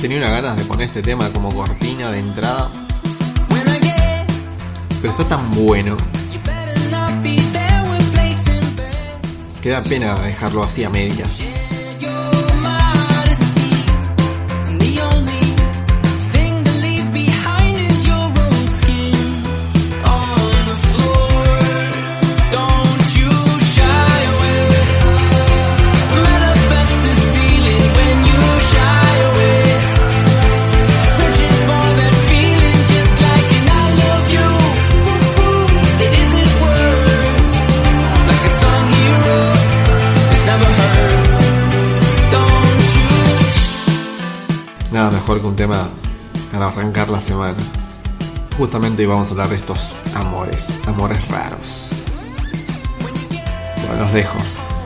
Tenía unas ganas de poner este tema como cortina de entrada, pero está tan bueno que da pena dejarlo así a medias. Nada mejor que un tema para arrancar la semana. Justamente hoy vamos a hablar de estos amores raros. Bueno, los dejo.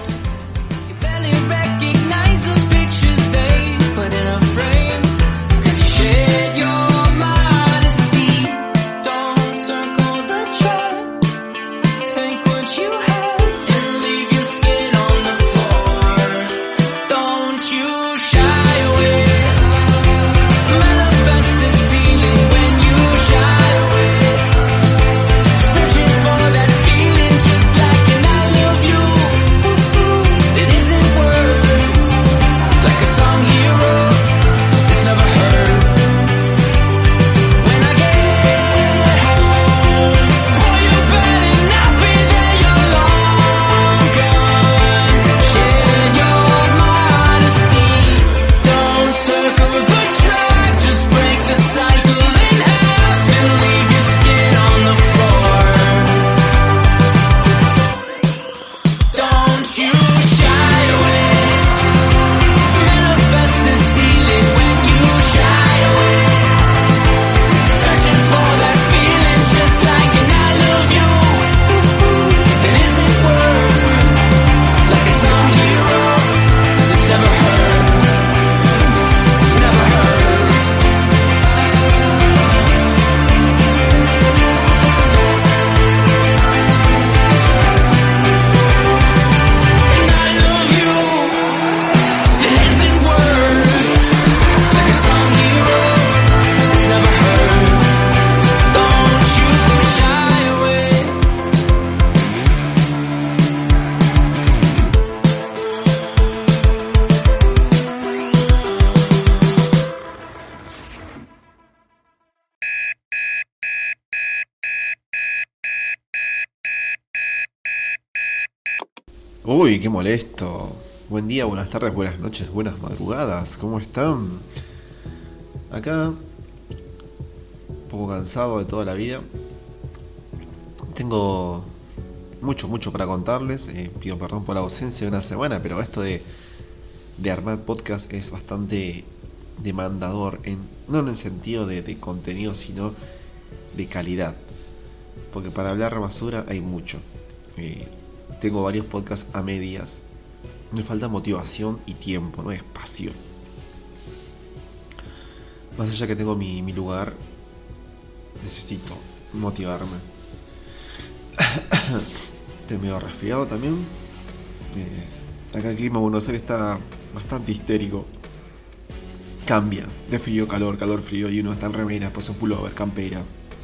Uy, qué molesto. Buen día, buenas tardes, buenas noches, buenas madrugadas. ¿Cómo están? Acá, un poco cansado de toda la vida. Tengo mucho para contarles. Pido perdón por la ausencia de una semana, pero esto de armar podcast es bastante demandador. No en el sentido de contenido, sino de calidad. Porque para hablar basura hay mucho. Tengo varios podcasts a medias. Me falta motivación y tiempo, no espacio. Más allá que tengo mi lugar, necesito motivarme. Estoy medio resfriado también. Acá el clima en Buenos Aires está bastante histérico. Cambia de frío, calor, frío. Y uno está en remera, después en pullover, campera.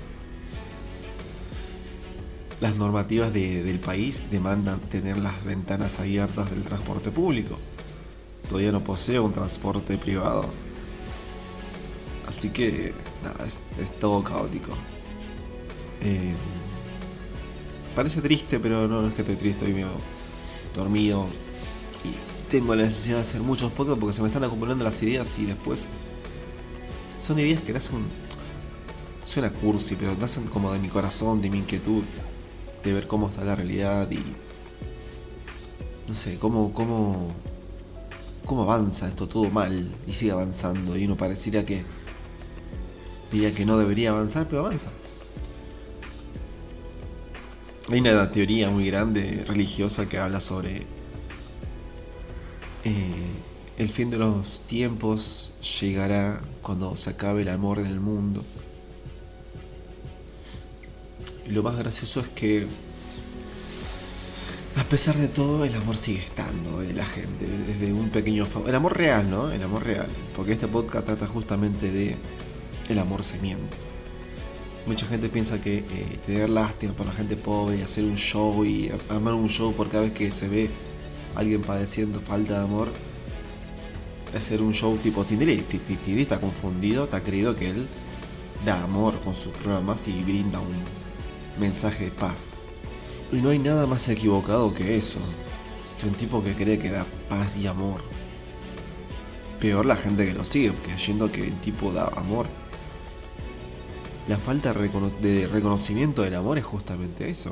Las normativas del país demandan tener las ventanas abiertas del transporte público. Todavía no poseo un transporte privado. Así que, nada, es todo caótico. Parece triste, pero no es que estoy triste, estoy medio dormido. Y tengo la necesidad de hacer muchos podcasts porque se me están acumulando las ideas y después... Son ideas que nacen... Suena cursi, pero nacen como de mi corazón, de mi inquietud. De ver cómo está la realidad y no sé, cómo avanza esto todo mal y sigue avanzando y uno pareciera que diría que no debería avanzar, pero avanza. Hay una teoría muy grande religiosa que habla sobre el fin de los tiempos llegará cuando se acabe el amor en el mundo. Y lo más gracioso es que A pesar de todo, el amor sigue estando de la gente, desde un pequeño favor. El amor real, ¿no? El amor real. Porque este podcast trata justamente de el amor se miente. Mucha gente piensa que tener lástima por la gente pobre y hacer un show y armar un show por cada vez que se ve a alguien padeciendo falta de amor, hacer un show tipo Tinelli. Tinelli está confundido, está creído que él da amor con sus programas y brinda un mensaje de paz. Y no hay nada más equivocado que eso, que un tipo que cree que da paz y amor. Peor la gente que lo sigue, creyendo que el tipo da amor. La falta de reconocimiento del amor es justamente eso.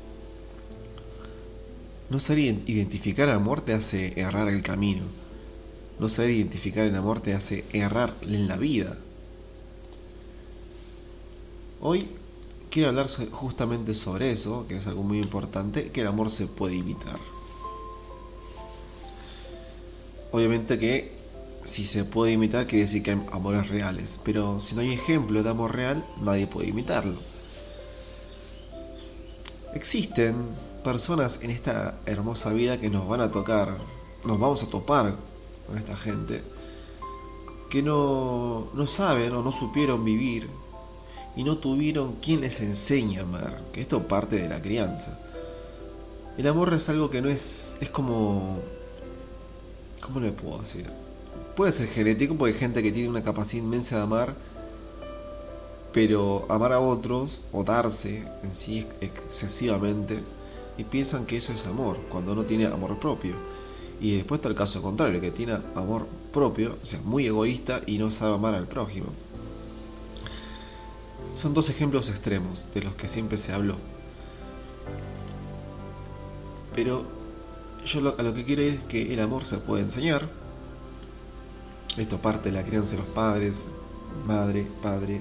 No saber identificar el amor te hace errar el camino. No saber identificar el amor te hace errar en la vida. Hoy quiero hablar justamente sobre eso, que es algo muy importante, que el amor se puede imitar. Obviamente que si se puede imitar quiere decir que hay amores reales, pero si no hay ejemplo de amor real, nadie puede imitarlo. Existen personas en esta hermosa vida que nos van a tocar, nos vamos a topar con esta gente que no saben o no supieron vivir y no tuvieron quien les enseñe a amar, que esto parte de la crianza. El amor es algo que no es como, ¿cómo le puedo decir? Puede ser genético porque hay gente que tiene una capacidad inmensa de amar, pero amar a otros o darse en sí excesivamente y piensan que eso es amor cuando no tiene amor propio. Y después está el caso contrario, que tiene amor propio, o sea, muy egoísta y no sabe amar al prójimo. Son dos ejemplos extremos de los que siempre se habló. Pero yo a lo que quiero ir es que el amor se puede enseñar. Esto parte de la crianza de los padres, madre, padre.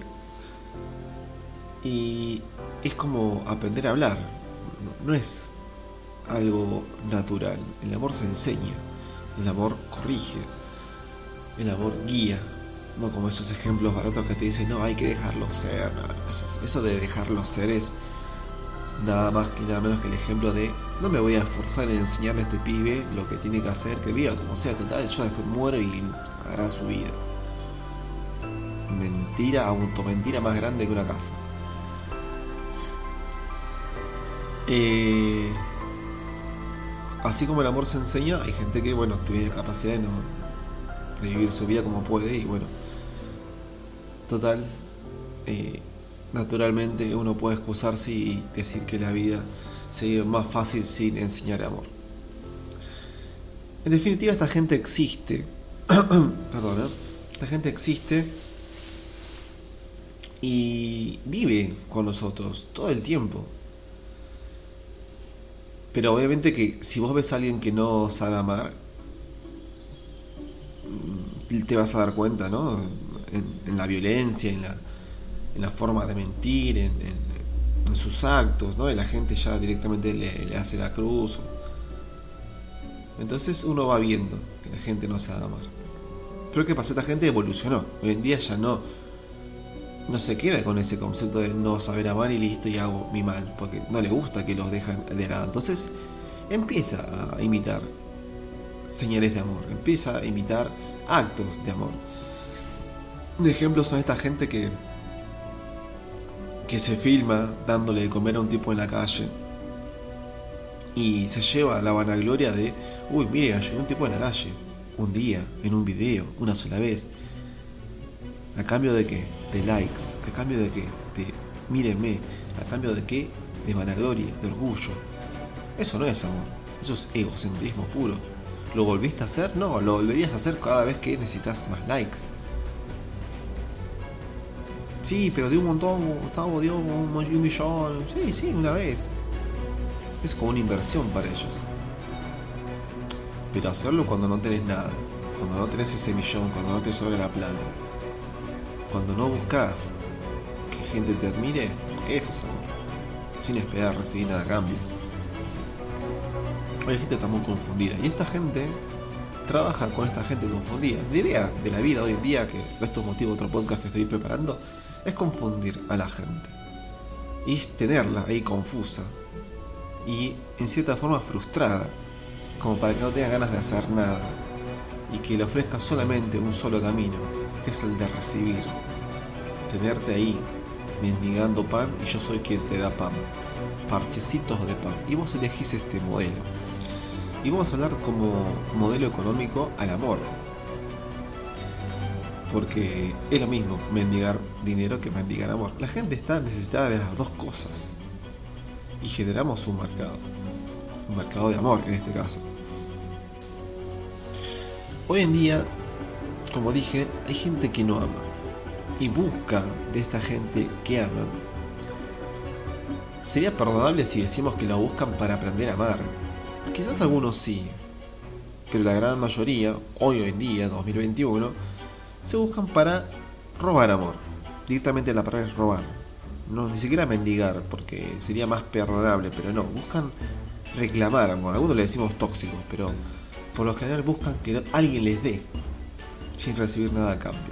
Y es como aprender a hablar. No es algo natural. El amor se enseña. El amor corrige. El amor guía. No como esos ejemplos baratos que te dicen, no, hay que dejarlo ser. No, eso de dejarlo ser es nada más que nada menos que el ejemplo de no me voy a esforzar en enseñarle a este pibe lo que tiene que hacer, que viva como sea, total, yo después muero y hará su vida. Mentira, automentira más grande que una casa. Así como el amor se enseña, hay gente que, bueno, tiene la capacidad de vivir su vida como puede y bueno, total, naturalmente uno puede excusarse y decir que la vida se vive más fácil sin enseñar amor. En definitiva, esta gente existe. Perdón, esta gente existe y vive con nosotros todo el tiempo. Pero obviamente que si vos ves a alguien que no sabe amar, te vas a dar cuenta, ¿no? En la violencia, en la forma de mentir, en sus actos, ¿no? Y la gente ya directamente le hace la cruz. Entonces uno va viendo que la gente no sabe amar. Pero ¿qué pasa? Esta gente evolucionó. Hoy en día ya no se queda con ese concepto de no saber amar y listo y hago mi mal, porque no le gusta que los dejan de lado. Entonces empieza a imitar señales de amor, empieza a imitar actos de amor. Un ejemplo son esta gente que se filma dándole de comer a un tipo en la calle y se lleva la vanagloria de uy, miren, ayudé a un tipo en la calle un día, en un video, una sola vez. ¿A cambio de qué? De likes. ¿A cambio de qué? De mírenme. ¿A cambio de qué? De vanagloria, de orgullo. Eso no es amor. Eso es egocentrismo puro. ¿Lo volviste a hacer? No, lo volverías a hacer cada vez que necesitas más likes. Sí, pero dio un montón, Gustavo dio un millón. Sí, una vez. Es como una inversión para ellos. Pero hacerlo cuando no tenés nada. Cuando no tenés ese millón, cuando no te sobra la plata. Cuando no buscas que gente te admire, eso es amor. Sin esperar recibir nada a cambio. Hoy la gente está muy confundida. Y esta gente trabaja con esta gente confundida. La idea de la vida hoy en día, que esto es motivo de otro podcast que estoy preparando, es confundir a la gente. Y tenerla ahí confusa. y en cierta forma frustrada, como para que no tenga ganas de hacer nada y que le ofrezca solamente un solo camino, que es el de recibir, tenerte ahí mendigando pan y yo soy quien te da pan, parchecitos de pan, y vos elegís este modelo. Y vamos a hablar como modelo económico al amor, porque es lo mismo mendigar dinero que mendigar amor. La gente está necesitada de las dos cosas y generamos un mercado de amor en este caso. Hoy en día, como dije, hay gente que no ama y busca de esta gente que aman. Sería perdonable si decimos que lo buscan para aprender a amar. Quizás algunos sí, pero la gran mayoría, hoy en día, 2021, se buscan para robar amor. Directamente la palabra es robar. No, ni siquiera mendigar, porque sería más perdonable, pero no, buscan reclamar amor. Algunos le decimos tóxicos, pero por lo general buscan que alguien les dé, sin recibir nada a cambio.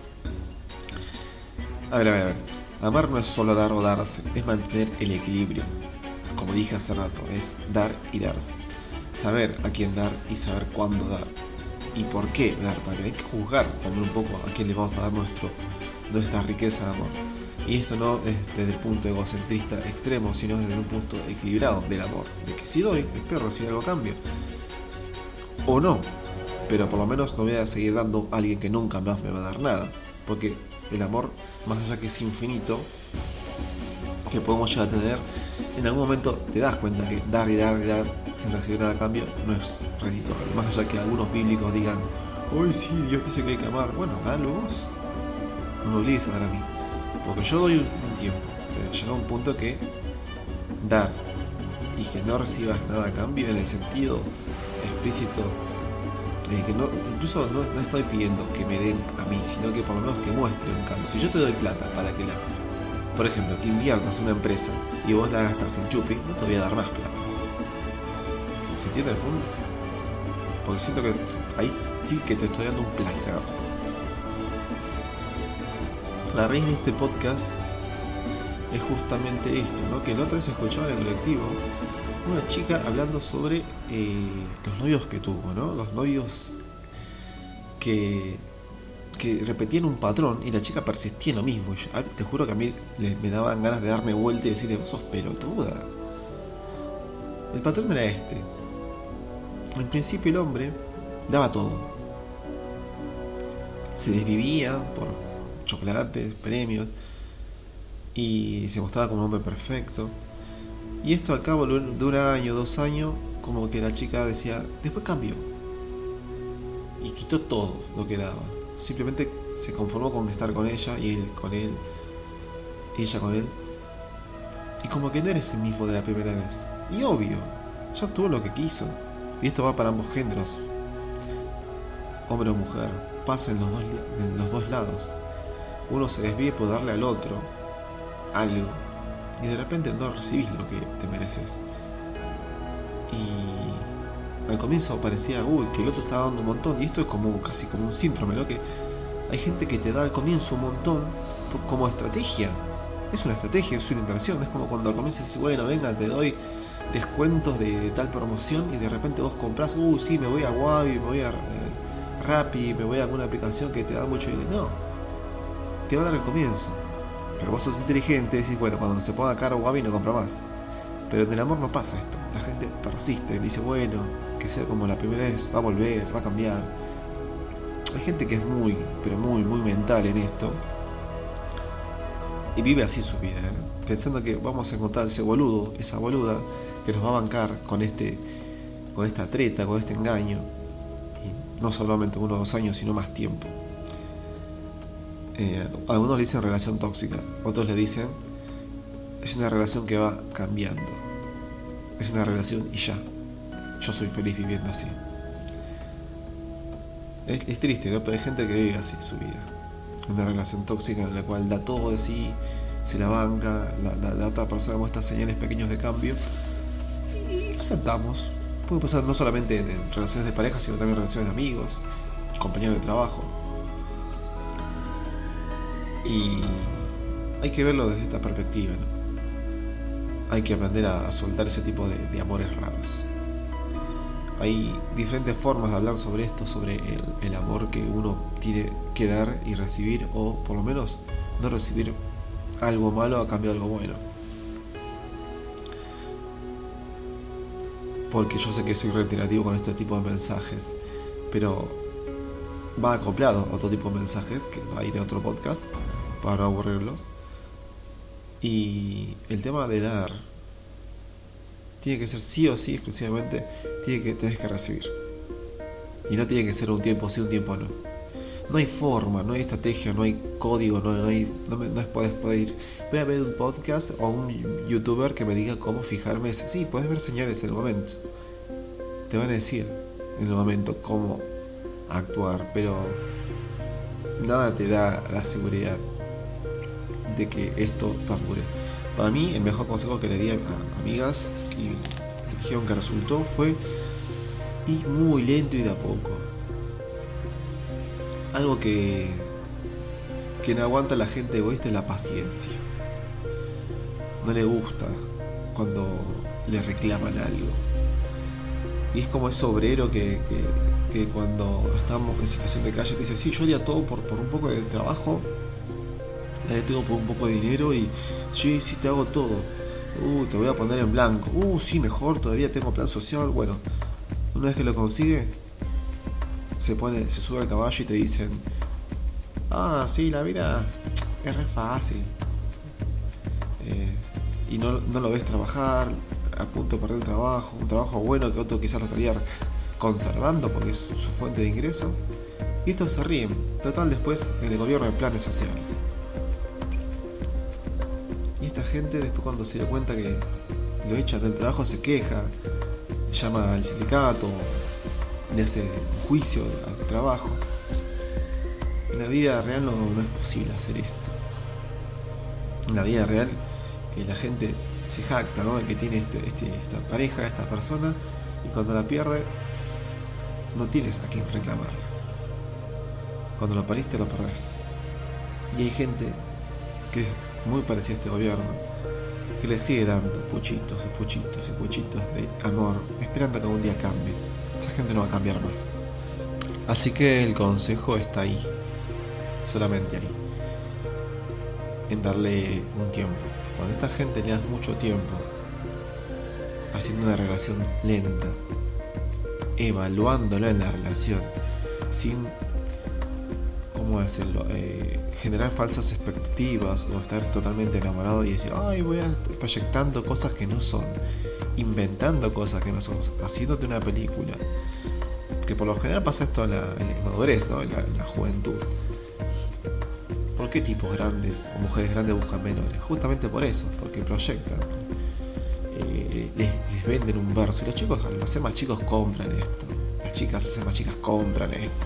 A ver. Amar no es solo dar o darse, es mantener el equilibrio. Como dije hace rato, es dar y darse. Saber a quién dar y saber cuándo dar. Y por qué dar también. Hay que juzgar también un poco a quién le vamos a dar nuestra riqueza de amor. Y esto no es desde el punto egocentrista extremo, sino desde un punto equilibrado del amor. De que si doy, espero recibir algo a cambio. O no, pero por lo menos no voy a seguir dando a alguien que nunca más me va a dar nada. Porque el amor, más allá que es infinito, que podemos llegar a tener, en algún momento te das cuenta que dar y dar y dar sin recibir nada a cambio no es redituable. Más allá que algunos bíblicos digan, hoy sí, Dios dice que hay que amar. Bueno, dale vos, no me obligues a dar a mí, porque yo doy un tiempo, pero llega un punto que dar y que no recibas nada a cambio en el sentido explícito, que no, incluso no estoy pidiendo que me den a mí, sino que por lo menos que muestre un cambio. Si yo te doy plata para que por ejemplo, que inviertas en una empresa y vos la gastas en chupi, no te voy a dar más plata. ¿Se entiende el punto? Porque siento que ahí sí que te estoy dando un placer. La raíz de este podcast es justamente esto, ¿no? Que la otra vez escuchaba en el colectivo una chica hablando sobre los novios que tuvo, ¿no? Los novios que repetían un patrón y la chica persistía en lo mismo. Y yo, te juro que a mí me daban ganas de darme vuelta y decirle, vos sos pelotuda. El patrón era este. En principio el hombre daba todo. Se desvivía por chocolates, premios, y se mostraba como un hombre perfecto. Y esto al cabo de un año, 2 años, como que la chica decía, después cambió. Y quitó todo lo que daba. Simplemente se conformó con estar con ella y él con él, ella con él. Y como que no eres el mismo de la primera vez. Y obvio, ya obtuvo lo que quiso. Y esto va para ambos géneros, hombre o mujer. Pasa en los dos lados. Uno se desvíe por darle al otro algo y de repente no recibís lo que te mereces. Y al comienzo parecía que el otro estaba dando un montón, y esto es casi como un síndrome, ¿no? Que hay gente que te da al comienzo un montón como estrategia. Es una estrategia, es una inversión. Es como cuando al comienzo dices, bueno, venga, te doy descuentos de tal promoción, y de repente vos comprás, sí, me voy a Wabi, me voy a Rappi, me voy a alguna aplicación que te da mucho dinero. No, te va a dar al comienzo, pero vos sos inteligente y decís, bueno, cuando se ponga caro Wabi no compro más. Pero en el amor no pasa esto. La gente persiste, dice, bueno, que sea como la primera vez, va a volver, va a cambiar. Hay gente que es muy, pero muy, muy mental en esto y vive así su vida, ¿eh? Pensando que vamos a encontrar ese boludo, esa boluda que nos va a bancar con esta treta, con este engaño, y no solamente 1 o 2 años, sino más tiempo. Algunos le dicen relación tóxica, otros le dicen es una relación que va cambiando, es una relación y ya, yo soy feliz viviendo así. Es triste, ¿no? Pero hay gente que vive así su vida, una relación tóxica en la cual da todo de sí, se la banca, la otra persona muestra señales pequeños de cambio y lo aceptamos. Puede pasar no solamente en relaciones de pareja, sino también en relaciones de amigos, compañeros de trabajo. Y hay que verlo desde esta perspectiva, ¿no? hay que aprender a soltar ese tipo de amores raros. Hay diferentes formas de hablar sobre esto, sobre el amor que uno tiene que dar y recibir, o por lo menos no recibir algo malo a cambio de algo bueno. Porque yo sé que soy reiterativo con este tipo de mensajes, pero va acoplado a otro tipo de mensajes que va a ir en otro podcast para no aburrirlos. Y el tema de dar tiene que ser sí o sí, exclusivamente, tenés que recibir. Y no tiene que ser un tiempo sí, un tiempo no. No hay forma, no hay estrategia, no hay código, no puedes ir. Voy a ver un podcast o un youtuber que me diga cómo fijarme. Sí, puedes ver señales en el momento. Te van a decir en el momento cómo actuar, pero nada te da la seguridad de que esto perdure. Para mí, el mejor consejo que le di a amigas y me dijeron que resultó fue ir muy lento y de a poco. Algo que no aguanta la gente egoísta es la paciencia. No le gusta cuando le reclaman algo. Y es como ese obrero que cuando estamos en situación de calle te dice, sí, yo haría todo por un poco de trabajo, haría todo por un poco de dinero y sí, te hago todo. Te voy a poner en blanco. Sí, mejor, todavía tengo plan social. Bueno, una vez que lo consigue, se sube al caballo y te dicen, sí, la vida es re fácil. Y no lo ves trabajar, a punto de perder el trabajo, un trabajo bueno que otro quizás lo estaría conservando porque es su fuente de ingreso. Y estos se ríen. Total, después en el gobierno hay planes sociales. Y esta gente después, cuando se dio cuenta que lo echan del trabajo, se queja, llama al sindicato, le hace un juicio al trabajo. En la vida real no es posible hacer esto. En la vida real la gente se jacta, ¿no? El que tiene esta pareja, esta persona, y cuando la pierde no tienes a quien reclamarla. Cuando lo pariste lo perdés. Y hay gente que es muy parecida a este gobierno, que le sigue dando puchitos y puchitos y puchitos de amor, esperando que algún día cambie. Esa gente no va a cambiar más. Así que el consejo está ahí, solamente ahí, en darle un tiempo. Cuando a esta gente le das mucho tiempo, haciendo una relación lenta, evaluándola en la relación, sin, ¿cómo decirlo?, generar falsas expectativas o estar totalmente enamorado y decir, voy a estar proyectando cosas que no son, inventando cosas que no son, haciéndote una película. Que por lo general pasa esto en la inmadurez, ¿no? En la juventud. ¿Por qué tipos grandes o mujeres grandes buscan menores? Justamente por eso, porque proyectan. Les venden un verso y los chicos, al ser más chicos, compran esto. Las chicas, al ser más chicas, compran esto.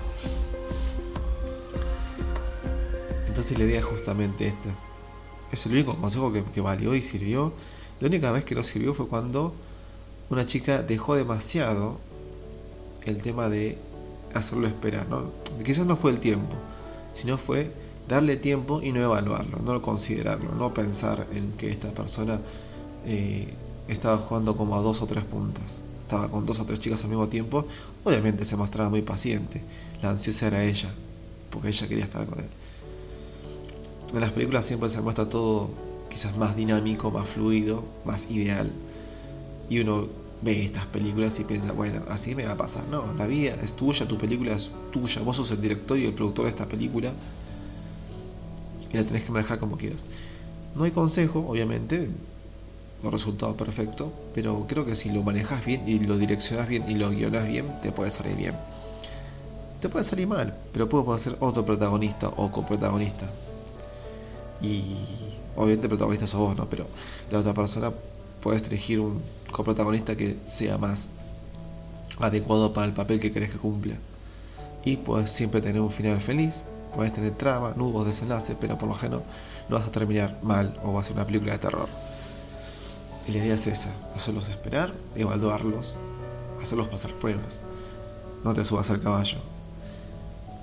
Entonces la idea es justamente esta. Es el único consejo que valió y sirvió. La única vez que no sirvió fue cuando una chica dejó demasiado el tema de hacerlo esperar, ¿no? Quizás no fue el tiempo, sino fue darle tiempo y no evaluarlo, no considerarlo, no pensar en que esta persona estaba jugando como a 2 o 3 puntas, estaba con 2 o 3 chicas al mismo tiempo. Obviamente se mostraba muy paciente, la ansiosa era ella, porque ella quería estar con él. En las películas siempre se muestra todo quizás más dinámico, más fluido, más ideal, y uno ve estas películas y piensa, bueno, así me va a pasar. No, la vida es tuya, tu película es tuya, vos sos el director y el productor de esta película y la tenés que manejar como quieras. No hay consejo, obviamente, no resultado perfecto, pero creo que si lo manejas bien y lo direccionas bien y lo guionas bien, te puede salir bien. Te puede salir mal, pero puede ser otro protagonista o coprotagonista. Y obviamente el protagonista sos vos, ¿no? Pero la otra persona, puedes elegir un coprotagonista que sea más adecuado para el papel que querés que cumpla. Y puedes siempre tener un final feliz, puedes tener trama, nudos, desenlace, pero por lo general no vas a terminar mal o va a ser una película de terror. Y la idea es esa, hacerlos esperar, evaluarlos, hacerlos pasar pruebas. No te subas al caballo.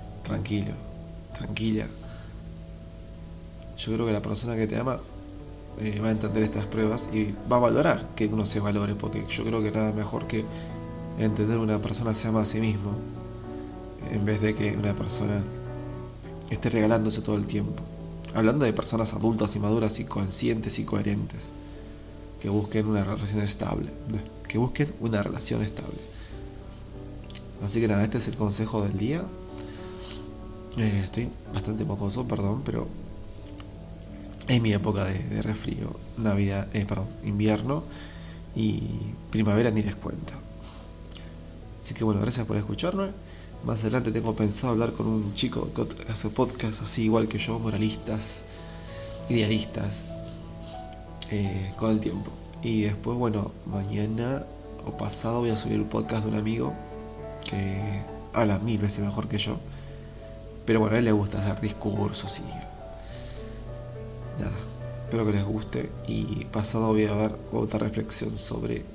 Tranquilo, tranquila. Yo creo que la persona que te ama va a entender estas pruebas y va a valorar que uno se valore, porque yo creo que nada mejor que entender que una persona se ama a sí mismo, en vez de que una persona esté regalándose todo el tiempo. Hablando de personas adultas y maduras y conscientes y coherentes, que busquen una relación estable. Que busquen una relación estable. Así que nada, este es el consejo del día. Estoy bastante mocoso, perdón, pero es mi época de resfrío. Navidad, invierno y primavera ni les cuento. Así que bueno, gracias por escucharme. Más adelante tengo pensado hablar con un chico que hace podcast así igual que yo, moralistas, idealistas, con el tiempo. Y después, bueno, mañana o pasado voy a subir un podcast de un amigo que habla 1000 veces mejor que yo. Pero bueno, a él le gusta dar discursos y nada. Espero que les guste. Y pasado voy a dar otra reflexión sobre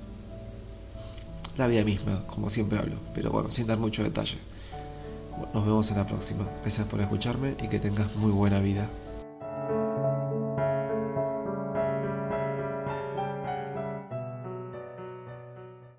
la vida misma, como siempre hablo, pero bueno, sin dar mucho detalle. Nos vemos en la próxima. Gracias por escucharme y que tengas muy buena vida.